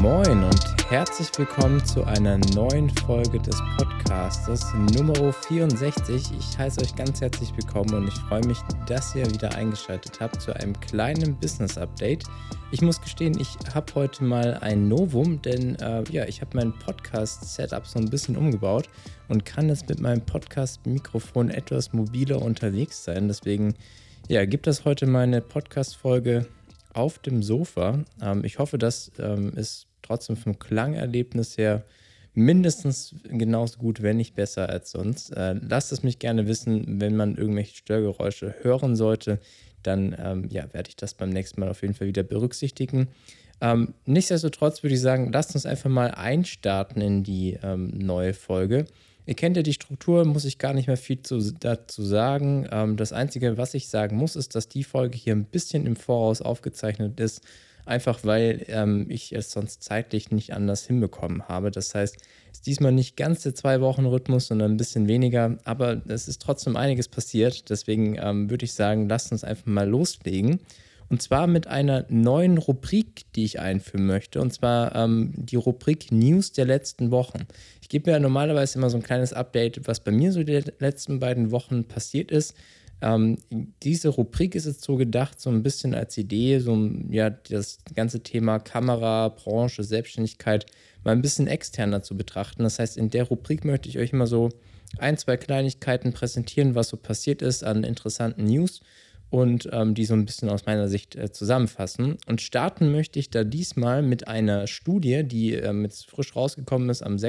Moin und herzlich willkommen zu einer neuen Folge des Podcastes Nummer 64. Ich heiße euch ganz herzlich willkommen und ich freue mich, dass ihr wieder eingeschaltet habt zu einem kleinen Business-Update. Ich muss gestehen, ich habe heute mal ein Novum, denn ich habe mein Podcast-Setup so ein bisschen umgebaut und kann jetzt mit meinem Podcast-Mikrofon etwas mobiler unterwegs sein. Deswegen gibt es heute mal eine Podcast-Folge auf dem Sofa. Ich hoffe, das ist trotzdem vom Klangerlebnis her mindestens genauso gut, wenn nicht besser als sonst. Lasst es mich gerne wissen, wenn man irgendwelche Störgeräusche hören sollte, dann werde ich das beim nächsten Mal auf jeden Fall wieder berücksichtigen. Nichtsdestotrotz würde ich sagen, lasst uns einfach mal einstarten in die neue Folge. Ihr kennt ja die Struktur, muss ich gar nicht mehr viel dazu sagen. Das Einzige, was ich sagen muss, ist, dass die Folge hier ein bisschen im Voraus aufgezeichnet ist, einfach weil ich es sonst zeitlich nicht anders hinbekommen habe. Das heißt, es ist diesmal nicht ganz der 2-Wochen-Rhythmus, sondern ein bisschen weniger, aber es ist trotzdem einiges passiert. Deswegen würde ich sagen, lasst uns einfach mal loslegen. Und zwar mit einer neuen Rubrik, die ich einführen möchte. Und zwar die Rubrik News der letzten Wochen. Ich gebe mir ja normalerweise immer so ein kleines Update, was bei mir so die letzten beiden Wochen passiert ist. Diese Rubrik ist jetzt so gedacht, so ein bisschen als Idee, das ganze Thema Kamera, Branche, Selbstständigkeit mal ein bisschen externer zu betrachten. Das heißt, in der Rubrik möchte ich euch immer so 1-2 Kleinigkeiten präsentieren, was so passiert ist an interessanten News und die so ein bisschen aus meiner Sicht zusammenfassen. Und starten möchte ich da diesmal mit einer Studie, die jetzt frisch rausgekommen ist, am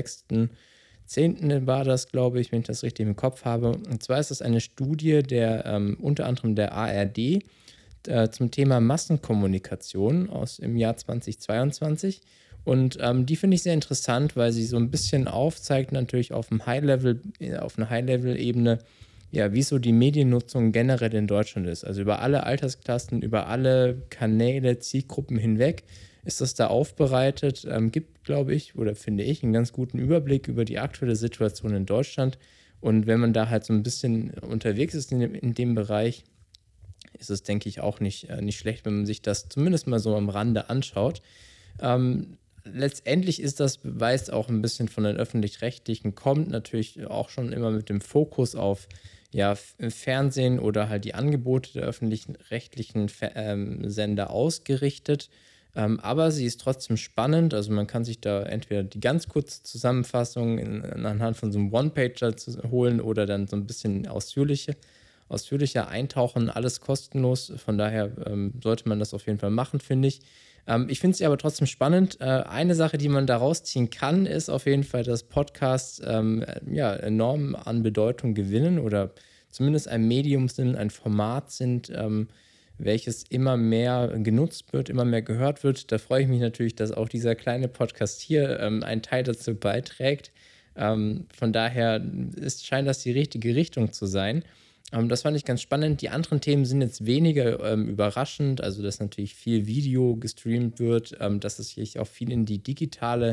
6.10. war das, glaube ich, wenn ich das richtig im Kopf habe. Und zwar ist das eine Studie der unter anderem der ARD zum Thema Massenkommunikation aus im Jahr 2022. Und die finde ich sehr interessant, weil sie so ein bisschen aufzeigt, natürlich auf einer High-Level-Ebene, wie so die Mediennutzung generell in Deutschland ist. Also über alle Altersklassen, über alle Kanäle, Zielgruppen hinweg ist das da aufbereitet. Gibt, glaube ich, oder finde ich, einen ganz guten Überblick über die aktuelle Situation in Deutschland. Und wenn man da halt so ein bisschen unterwegs ist in dem Bereich, ist es, denke ich, auch nicht schlecht, wenn man sich das zumindest mal so am Rande anschaut. Letztendlich ist das, weil es auch ein bisschen von den Öffentlich-Rechtlichen kommt, natürlich auch schon immer mit dem Fokus auf Fernsehen oder halt die Angebote der öffentlich-rechtlichen Sender ausgerichtet. Aber sie ist trotzdem spannend. Also man kann sich da entweder die ganz kurze Zusammenfassung anhand von so einem One-Pager holen oder dann so ein bisschen ausführlicher eintauchen. Alles kostenlos. Von daher sollte man das auf jeden Fall machen, finde ich. Ich finde es aber trotzdem spannend. Eine Sache, die man da rausziehen kann, ist auf jeden Fall, dass Podcasts enorm an Bedeutung gewinnen oder zumindest ein Medium sind, ein Format sind, welches immer mehr genutzt wird, immer mehr gehört wird. Da freue ich mich natürlich, dass auch dieser kleine Podcast hier einen Teil dazu beiträgt. Von daher scheint das die richtige Richtung zu sein. Das fand ich ganz spannend. Die anderen Themen sind jetzt weniger überraschend, also dass natürlich viel Video gestreamt wird, dass es sich auch viel in die digitale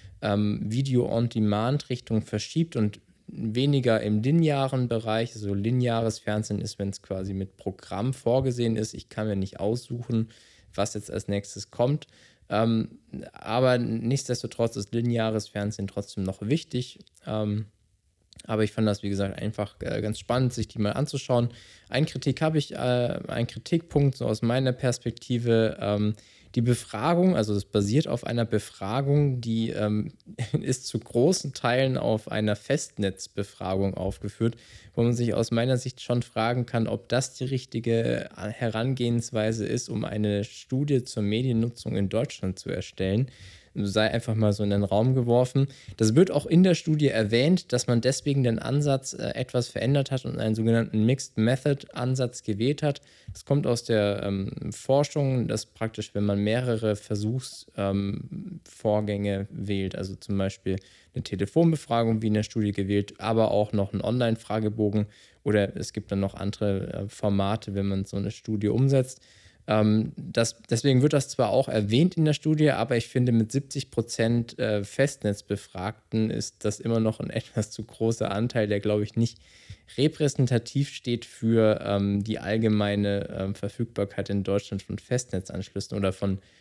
Video-on-Demand-Richtung verschiebt und weniger im linearen Bereich. Also lineares Fernsehen ist, wenn es quasi mit Programm vorgesehen ist. Ich kann mir nicht aussuchen, was jetzt als nächstes kommt. Aber nichtsdestotrotz ist lineares Fernsehen trotzdem noch wichtig. Aber ich fand das, wie gesagt, einfach ganz spannend, sich die mal anzuschauen. Einen Kritikpunkt so aus meiner Perspektive, die Befragung, also das basiert auf einer Befragung, die ist zu großen Teilen auf einer Festnetzbefragung aufgeführt, wo man sich aus meiner Sicht schon fragen kann, ob das die richtige Herangehensweise ist, um eine Studie zur Mediennutzung in Deutschland zu erstellen. Sei einfach mal so in den Raum geworfen. Das wird auch in der Studie erwähnt, dass man deswegen den Ansatz etwas verändert hat und einen sogenannten Mixed Method Ansatz gewählt hat. Das kommt aus der Forschung, dass praktisch, wenn man mehrere Versuchsvorgänge wählt, also zum Beispiel eine Telefonbefragung wie in der Studie gewählt, aber auch noch einen Online-Fragebogen oder es gibt dann noch andere Formate, wenn man so eine Studie umsetzt. Deswegen wird das zwar auch erwähnt in der Studie, aber ich finde, mit 70% Festnetzbefragten ist das immer noch ein etwas zu großer Anteil, der, glaube ich, nicht repräsentativ steht für die allgemeine Verfügbarkeit in Deutschland von Festnetzanschlüssen oder von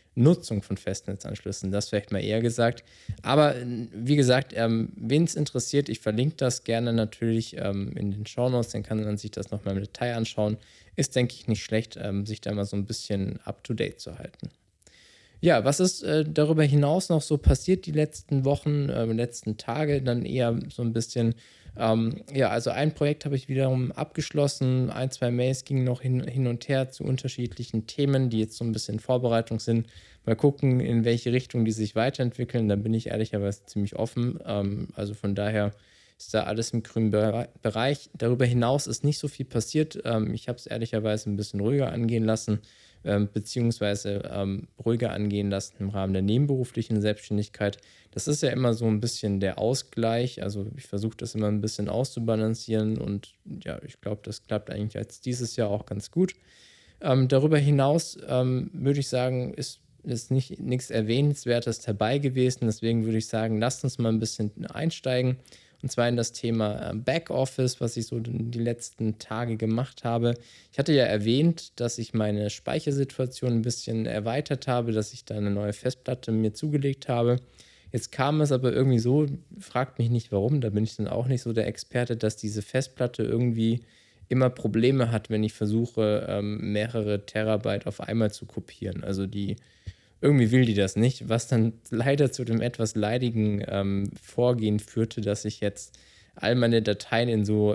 Nutzung von Festnetzanschlüssen. Das vielleicht mal eher gesagt. Aber wie gesagt, wen es interessiert, ich verlinke das gerne natürlich in den Shownotes, dann kann man sich das nochmal im Detail anschauen. Ist, denke ich, nicht schlecht, sich da mal so ein bisschen up-to-date zu halten. Ja, was ist darüber hinaus noch so passiert die letzten Wochen, letzten Tage? Dann eher so ein bisschen, ja, also ein Projekt habe ich wiederum abgeschlossen. Ein, zwei Mails gingen noch hin und her zu unterschiedlichen Themen, die jetzt so ein bisschen in Vorbereitung sind. Mal gucken, in welche Richtung die sich weiterentwickeln. Da bin ich ehrlicherweise ziemlich offen. Also von daher ist da alles im grünen Bereich. Darüber hinaus ist nicht so viel passiert. Ich habe es ehrlicherweise ein bisschen ruhiger angehen lassen. Beziehungsweise ruhiger angehen lassen im Rahmen der nebenberuflichen Selbstständigkeit. Das ist ja immer so ein bisschen der Ausgleich. Also ich versuche das immer ein bisschen auszubalancieren und ja, ich glaube, das klappt eigentlich als dieses Jahr auch ganz gut. Darüber hinaus würde ich sagen, ist nichts Erwähnenswertes dabei gewesen. Deswegen würde ich sagen, lasst uns mal ein bisschen einsteigen. Und zwar in das Thema Backoffice, was ich so die letzten Tage gemacht habe. Ich hatte ja erwähnt, dass ich meine Speichersituation ein bisschen erweitert habe, dass ich da eine neue Festplatte mir zugelegt habe. Jetzt kam es aber irgendwie so, fragt mich nicht warum, da bin ich dann auch nicht so der Experte, dass diese Festplatte irgendwie immer Probleme hat, wenn ich versuche, mehrere Terabyte auf einmal zu kopieren. Also irgendwie will die das nicht, was dann leider zu dem etwas leidigen Vorgehen führte, dass ich jetzt all meine Dateien in so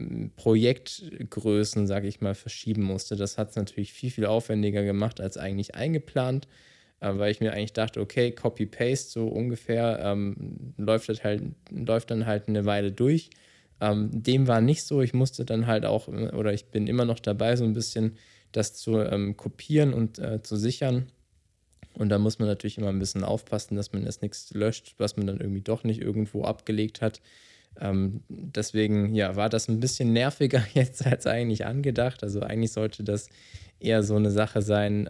Projektgrößen, sage ich mal, verschieben musste. Das hat es natürlich viel, viel aufwendiger gemacht als eigentlich eingeplant, weil ich mir eigentlich dachte, okay, Copy-Paste so ungefähr läuft dann halt eine Weile durch. Dem war nicht so. Ich musste dann halt auch, oder ich bin immer noch dabei, so ein bisschen das zu kopieren und zu sichern. Und da muss man natürlich immer ein bisschen aufpassen, dass man jetzt nichts löscht, was man dann irgendwie doch nicht irgendwo abgelegt hat. Deswegen, ja, war das ein bisschen nerviger jetzt als eigentlich angedacht. Also eigentlich sollte das eher so eine Sache sein,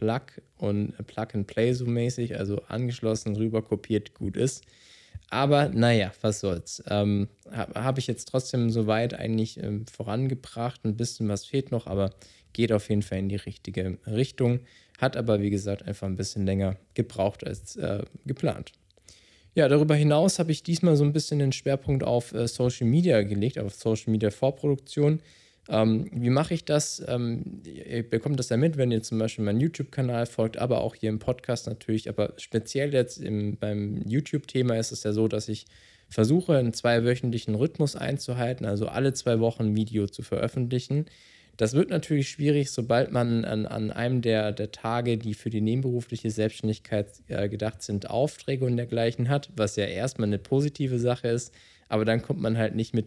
Plug-and-Play so mäßig, also angeschlossen, rüber kopiert, gut ist. Aber naja, was soll's. Habe ich jetzt trotzdem soweit eigentlich vorangebracht. Ein bisschen was fehlt noch, aber geht auf jeden Fall in die richtige Richtung. Hat aber, wie gesagt, einfach ein bisschen länger gebraucht als geplant. Ja, darüber hinaus habe ich diesmal so ein bisschen den Schwerpunkt auf Social Media gelegt, auf Social Media Vorproduktion. Wie mache ich das? Ihr bekommt das ja mit, wenn ihr zum Beispiel meinen YouTube-Kanal folgt, aber auch hier im Podcast natürlich. Aber speziell jetzt beim YouTube-Thema ist es ja so, dass ich versuche, einen 2-wöchentlichen Rhythmus einzuhalten, also alle 2 Wochen ein Video zu veröffentlichen. Das wird natürlich schwierig, sobald man an einem der Tage, die für die nebenberufliche Selbstständigkeit gedacht sind, Aufträge und dergleichen hat, was ja erstmal eine positive Sache ist, aber dann kommt man halt nicht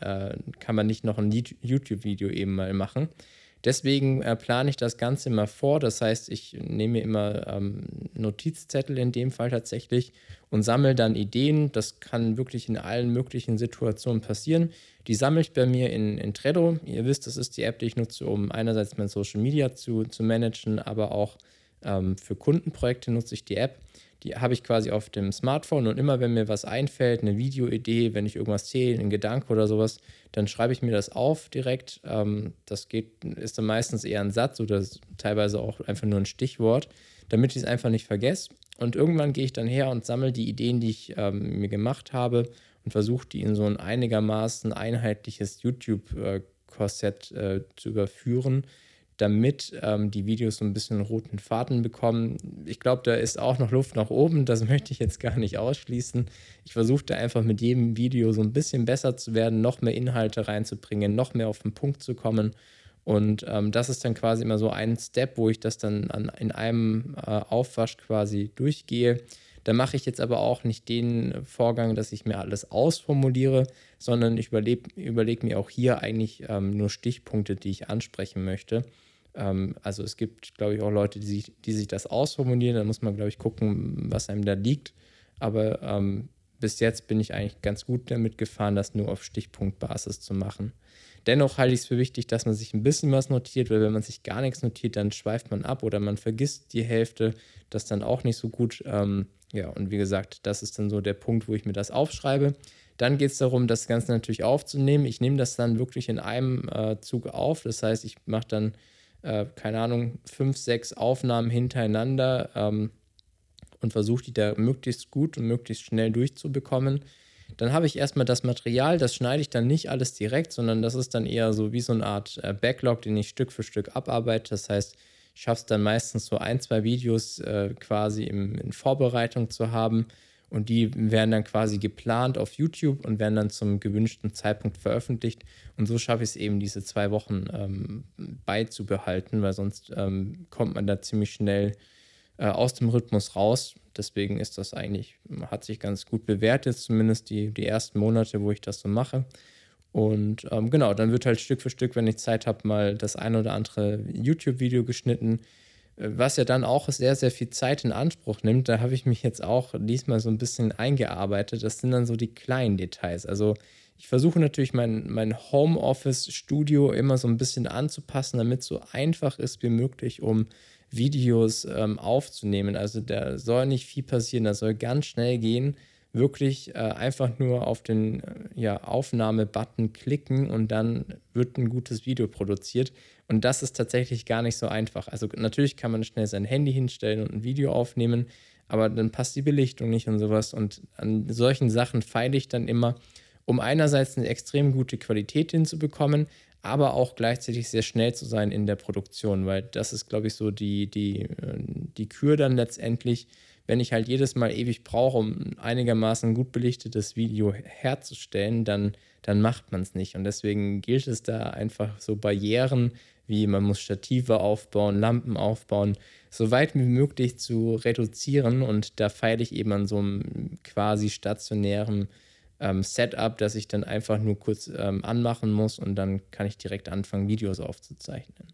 kann man nicht noch ein YouTube-Video eben mal machen. Deswegen plane ich das Ganze immer vor. Das heißt, ich nehme mir immer Notizzettel in dem Fall tatsächlich und sammle dann Ideen. Das kann wirklich in allen möglichen Situationen passieren. Die sammle ich bei mir in Trello. Ihr wisst, das ist die App, die ich nutze, um einerseits mein Social Media zu managen, aber auch für Kundenprojekte nutze ich die App. Die habe ich quasi auf dem Smartphone und immer, wenn mir was einfällt, eine Videoidee, wenn ich irgendwas sehe, ein Gedanke oder sowas, dann schreibe ich mir das auf direkt. Ist dann meistens eher ein Satz oder teilweise auch einfach nur ein Stichwort, damit ich es einfach nicht vergesse. Und irgendwann gehe ich dann her und sammle die Ideen, die ich mir gemacht habe und versuche die in so ein einigermaßen einheitliches YouTube-Korsett zu überführen, damit die Videos so ein bisschen einen roten Faden bekommen. Ich glaube, da ist auch noch Luft nach oben, das möchte ich jetzt gar nicht ausschließen. Ich versuche da einfach mit jedem Video so ein bisschen besser zu werden, noch mehr Inhalte reinzubringen, noch mehr auf den Punkt zu kommen. Und das ist dann quasi immer so ein Step, wo ich das dann in einem Aufwasch quasi durchgehe. Da mache ich jetzt aber auch nicht den Vorgang, dass ich mir alles ausformuliere, sondern ich überleg mir auch hier eigentlich nur Stichpunkte, die ich ansprechen möchte. Also es gibt, glaube ich, auch Leute, die sich das ausformulieren. Da muss man, glaube ich, gucken, was einem da liegt. Aber bis jetzt bin ich eigentlich ganz gut damit gefahren, das nur auf Stichpunktbasis zu machen. Dennoch halte ich es für wichtig, dass man sich ein bisschen was notiert, weil wenn man sich gar nichts notiert, dann schweift man ab oder man vergisst die Hälfte. Das ist dann auch nicht so gut. Ja, und wie gesagt, das ist dann so der Punkt, wo ich mir das aufschreibe. Dann geht es darum, das Ganze natürlich aufzunehmen. Ich nehme das dann wirklich in einem Zug auf. Das heißt, ich mache dann keine Ahnung, 5, 6 Aufnahmen hintereinander und versuche die da möglichst gut und möglichst schnell durchzubekommen. Dann habe ich erstmal das Material, das schneide ich dann nicht alles direkt, sondern das ist dann eher so wie so eine Art Backlog, den ich Stück für Stück abarbeite. Das heißt, ich schaffe es dann meistens so 1, 2 Videos quasi in Vorbereitung zu haben und die werden dann quasi geplant auf YouTube und werden dann zum gewünschten Zeitpunkt veröffentlicht. Und so schaffe ich es eben, diese 2 Wochen beizubehalten, weil sonst kommt man da ziemlich schnell aus dem Rhythmus raus. Deswegen ist das eigentlich, hat sich ganz gut bewährt, zumindest die ersten Monate, wo ich das so mache. Und genau, dann wird halt Stück für Stück, wenn ich Zeit habe, mal das ein oder andere YouTube-Video geschnitten, was ja dann auch sehr, sehr viel Zeit in Anspruch nimmt. Da habe ich mich jetzt auch diesmal so ein bisschen eingearbeitet. Das sind dann so die kleinen Details. Also ich versuche natürlich mein Homeoffice-Studio immer so ein bisschen anzupassen, damit es so einfach ist wie möglich, um Videos aufzunehmen. Also da soll nicht viel passieren, das soll ganz schnell gehen. Wirklich einfach nur auf den Aufnahme-Button klicken und dann wird ein gutes Video produziert. Und das ist tatsächlich gar nicht so einfach. Also natürlich kann man schnell sein Handy hinstellen und ein Video aufnehmen, aber dann passt die Belichtung nicht und sowas. Und an solchen Sachen feile ich dann immer, um einerseits eine extrem gute Qualität hinzubekommen, aber auch gleichzeitig sehr schnell zu sein in der Produktion, weil das ist, glaube ich, so die Kür dann letztendlich, wenn ich halt jedes Mal ewig brauche, um einigermaßen gut belichtetes Video herzustellen, dann macht man es nicht. Und deswegen gilt es da einfach so Barrieren, wie man muss Stative aufbauen, Lampen aufbauen, so weit wie möglich zu reduzieren. Und da feile ich eben an so einem quasi stationären Setup, das ich dann einfach nur kurz anmachen muss und dann kann ich direkt anfangen, Videos aufzuzeichnen.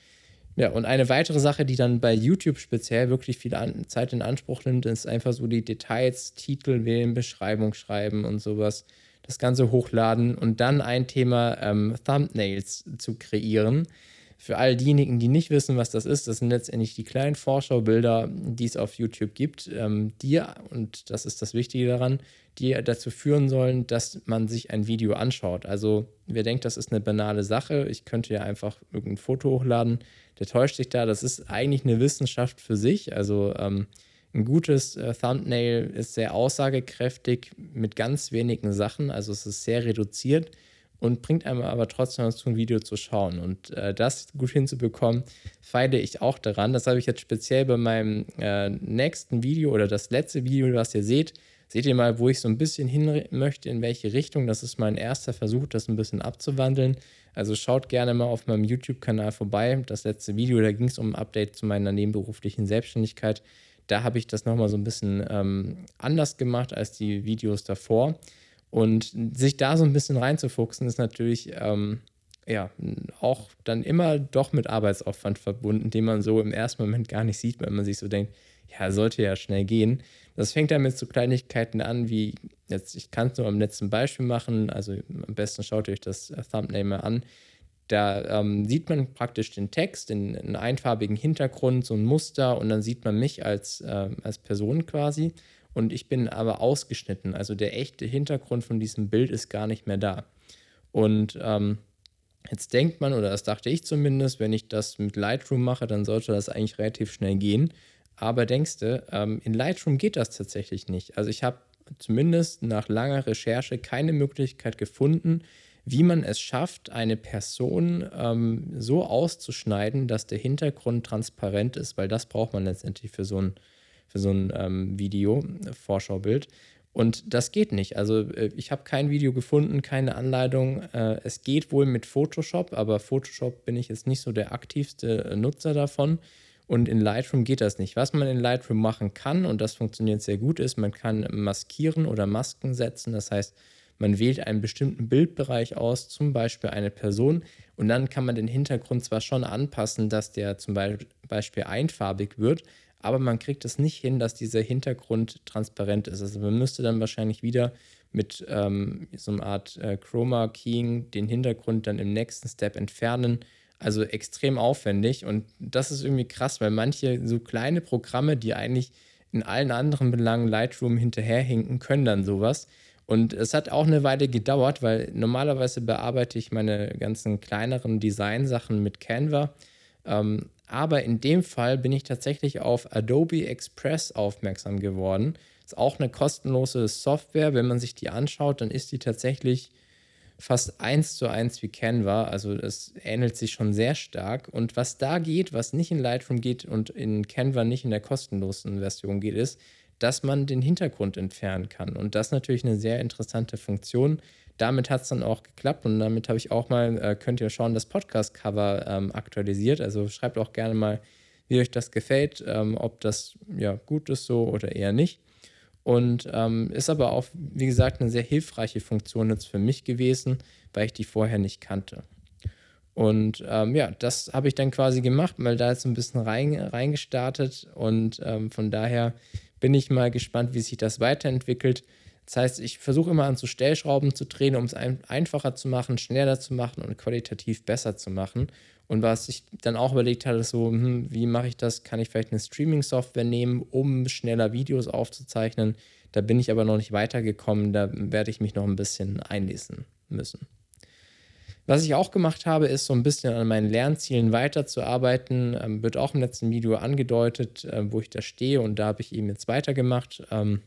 Ja, und eine weitere Sache, die dann bei YouTube speziell wirklich viel Zeit in Anspruch nimmt, ist einfach so die Details, Titel wählen, Beschreibung schreiben und sowas, das Ganze hochladen und dann ein Thema Thumbnails zu kreieren. Für all diejenigen, die nicht wissen, was das sind letztendlich die kleinen Vorschaubilder, die es auf YouTube gibt, die, und das ist das Wichtige daran, die dazu führen sollen, dass man sich ein Video anschaut. Also wer denkt, das ist eine banale Sache, ich könnte ja einfach irgendein Foto hochladen, der täuscht sich da. Das ist eigentlich eine Wissenschaft für sich. Also ein gutes Thumbnail ist sehr aussagekräftig mit ganz wenigen Sachen. Also es ist sehr reduziert und bringt einem aber trotzdem dazu, ein Video zu schauen. Und das gut hinzubekommen, feile ich auch daran. Das habe ich jetzt speziell bei meinem nächsten Video oder das letzte Video, was ihr seht. Seht ihr mal, wo ich so ein bisschen hin möchte, in welche Richtung. Das ist mein erster Versuch, das ein bisschen abzuwandeln. Also schaut gerne mal auf meinem YouTube-Kanal vorbei. Das letzte Video, da ging es um ein Update zu meiner nebenberuflichen Selbstständigkeit. Da habe ich das nochmal so ein bisschen anders gemacht als die Videos davor. Und sich da so ein bisschen reinzufuchsen, ist natürlich auch dann immer doch mit Arbeitsaufwand verbunden, den man so im ersten Moment gar nicht sieht, weil man sich so denkt, ja, sollte ja schnell gehen. Das fängt dann mit so Kleinigkeiten an, wie jetzt, ich kann es nur am letzten Beispiel machen, also am besten schaut euch das Thumbnail mal an. Da sieht man praktisch den Text in einem einfarbigen Hintergrund, so ein Muster und dann sieht man mich als Person quasi und ich bin aber ausgeschnitten, also der echte Hintergrund von diesem Bild ist gar nicht mehr da. Und jetzt denkt man, oder das dachte ich zumindest, wenn ich das mit Lightroom mache, dann sollte das eigentlich relativ schnell gehen. Aber denkst du, in Lightroom geht das tatsächlich nicht. Also ich habe zumindest nach langer Recherche keine Möglichkeit gefunden, wie man es schafft, eine Person so auszuschneiden, dass der Hintergrund transparent ist, weil das braucht man letztendlich für so ein Video, Vorschaubild. Und das geht nicht. Also ich habe kein Video gefunden, keine Anleitung. Es geht wohl mit Photoshop, aber Photoshop bin ich jetzt nicht so der aktivste Nutzer davon. Und in Lightroom geht das nicht. Was man in Lightroom machen kann, und das funktioniert sehr gut, ist, man kann maskieren oder Masken setzen. Das heißt, man wählt einen bestimmten Bildbereich aus, zum Beispiel eine Person, und dann kann man den Hintergrund zwar schon anpassen, dass der zum Beispiel einfarbig wird, aber man kriegt es nicht hin, dass dieser Hintergrund transparent ist. Also man müsste dann wahrscheinlich wieder mit so einer Art Chroma Keying den Hintergrund dann im nächsten Step entfernen. Also extrem aufwendig und das ist irgendwie krass, weil manche so kleine Programme, die eigentlich in allen anderen Belangen Lightroom hinterherhinken, können dann sowas. Und es hat auch eine Weile gedauert, weil normalerweise bearbeite ich meine ganzen kleineren Designsachen mit Canva. Aber in dem Fall bin ich tatsächlich auf Adobe Express aufmerksam geworden. Ist auch eine kostenlose Software. Wenn man sich die anschaut, dann ist die tatsächlich fast 1:1 wie Canva. Also es ähnelt sich schon sehr stark. Und was da geht, was nicht in Lightroom geht und in Canva nicht in der kostenlosen Version geht, ist, dass man den Hintergrund entfernen kann. Und das ist natürlich eine sehr interessante Funktion. Damit hat es dann auch geklappt und damit habe ich auch mal, könnt ihr schauen, das Podcast-Cover aktualisiert. Also schreibt auch gerne mal, wie euch das gefällt, ob das ja gut ist so oder eher nicht. Und ist aber auch, wie gesagt, eine sehr hilfreiche Funktion jetzt für mich gewesen, weil ich die vorher nicht kannte. Und ja, das habe ich dann quasi gemacht, mal da jetzt ein bisschen reingestartet und von daher bin ich mal gespannt, wie sich das weiterentwickelt. Das heißt, ich versuche immer an so Stellschrauben zu drehen, um es einfacher zu machen, schneller zu machen und qualitativ besser zu machen. Und was ich dann auch überlegt hatte, ist so, wie mache ich das? Kann ich vielleicht eine Streaming-Software nehmen, um schneller Videos aufzuzeichnen? Da bin ich aber noch nicht weitergekommen, da werde ich mich noch ein bisschen einlesen müssen. Was ich auch gemacht habe, ist so ein bisschen an meinen Lernzielen weiterzuarbeiten. Wird auch im letzten Video angedeutet, wo ich da stehe und da habe ich eben jetzt weitergemacht.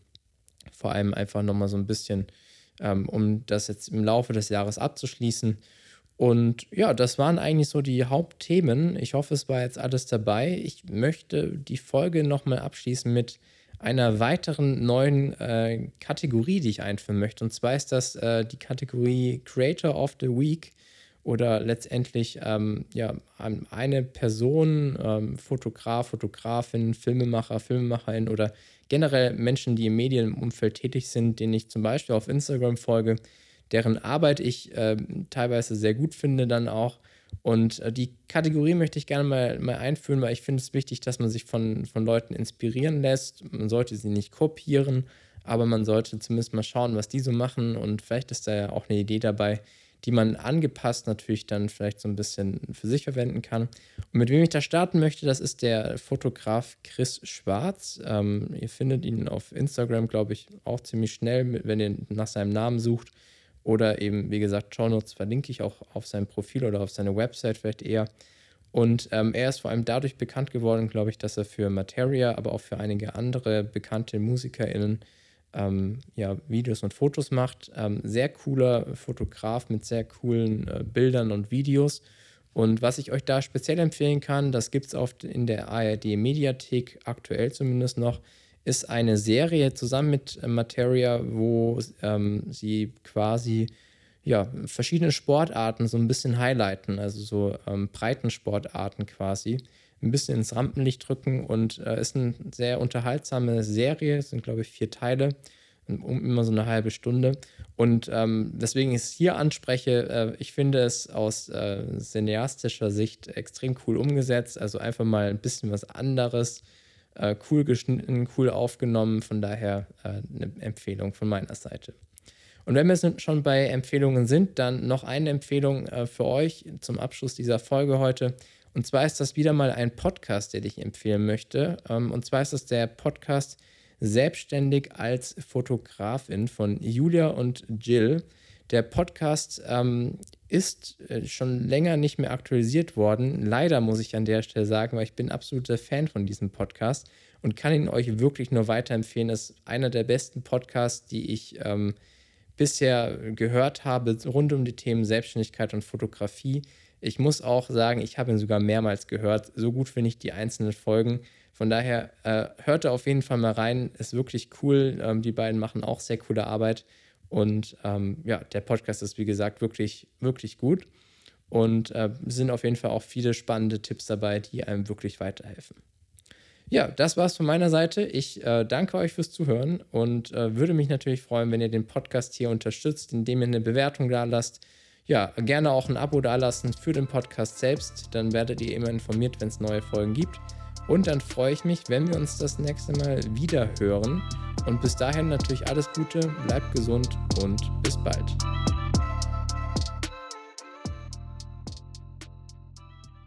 Vor allem einfach nochmal so ein bisschen, um das jetzt im Laufe des Jahres abzuschließen. Und ja, das waren eigentlich so die Hauptthemen. Ich hoffe, es war jetzt alles dabei. Ich möchte die Folge nochmal abschließen mit einer weiteren neuen Kategorie, die ich einführen möchte. Und zwar ist das die Kategorie Creator of the Week oder letztendlich ja, eine Person, Fotograf, Fotografin, Filmemacher, Filmemacherin oder generell Menschen, die im Medienumfeld tätig sind, denen ich zum Beispiel auf Instagram folge, deren Arbeit ich teilweise sehr gut finde dann auch. Und die Kategorie möchte ich gerne mal einführen, weil ich finde es wichtig, dass man sich von Leuten inspirieren lässt. Man sollte sie nicht kopieren, aber man sollte zumindest mal schauen, was die so machen. Und vielleicht ist da ja auch eine Idee dabei, die man angepasst natürlich dann vielleicht so ein bisschen für sich verwenden kann. Und mit wem ich da starten möchte, das ist der Fotograf Chris Schwarz. Ihr findet ihn auf Instagram, glaube ich, auch ziemlich schnell, wenn ihr nach seinem Namen sucht. Oder eben, wie gesagt, Shownotes verlinke ich auch auf sein Profil oder auf seine Website vielleicht eher. Und er ist vor allem dadurch bekannt geworden, glaube ich, dass er für Materia, aber auch für einige andere bekannte MusikerInnen ja, Videos und Fotos macht. Sehr cooler Fotograf mit sehr coolen Bildern und Videos. Und was ich euch da speziell empfehlen kann, das gibt es oft in der ARD-Mediathek, aktuell zumindest noch, ist eine Serie zusammen mit Materia, wo sie quasi ja, verschiedene Sportarten so ein bisschen highlighten, also so Breitensportarten quasi, ein bisschen ins Rampenlicht drücken und ist eine sehr unterhaltsame Serie, es sind glaube ich 4 Teile, immer so eine halbe Stunde und deswegen ich es hier anspreche, ich finde es aus cineastischer Sicht extrem cool umgesetzt, also einfach mal ein bisschen was anderes, cool geschnitten, cool aufgenommen, von daher eine Empfehlung von meiner Seite. Und wenn wir schon bei Empfehlungen sind, dann noch eine Empfehlung für euch zum Abschluss dieser Folge heute. Und zwar ist das wieder mal ein Podcast, den ich empfehlen möchte. Und zwar ist das der Podcast Selbstständig als Fotografin von Julia und Jill. Der Podcast ist schon länger nicht mehr aktualisiert worden. Leider muss ich an der Stelle sagen, weil ich bin absoluter Fan von diesem Podcast und kann ihn euch wirklich nur weiterempfehlen. Das ist einer der besten Podcasts, die ich bisher gehört habe, rund um die Themen Selbstständigkeit und Fotografie. Ich muss auch sagen, ich habe ihn sogar mehrmals gehört. So gut finde ich die einzelnen Folgen. Von daher hört da auf jeden Fall mal rein. Ist wirklich cool. Die beiden machen auch sehr coole Arbeit. Und ja, der Podcast ist, wie gesagt, wirklich, wirklich gut. Und sind auf jeden Fall auch viele spannende Tipps dabei, die einem wirklich weiterhelfen. Ja, das war's von meiner Seite. Ich danke euch fürs Zuhören und würde mich natürlich freuen, wenn ihr den Podcast hier unterstützt, indem ihr eine Bewertung da lasst. Ja, gerne auch ein Abo dalassen für den Podcast selbst. Dann werdet ihr immer informiert, wenn es neue Folgen gibt. Und dann freue ich mich, wenn wir uns das nächste Mal wieder hören. Und bis dahin natürlich alles Gute, bleibt gesund und bis bald.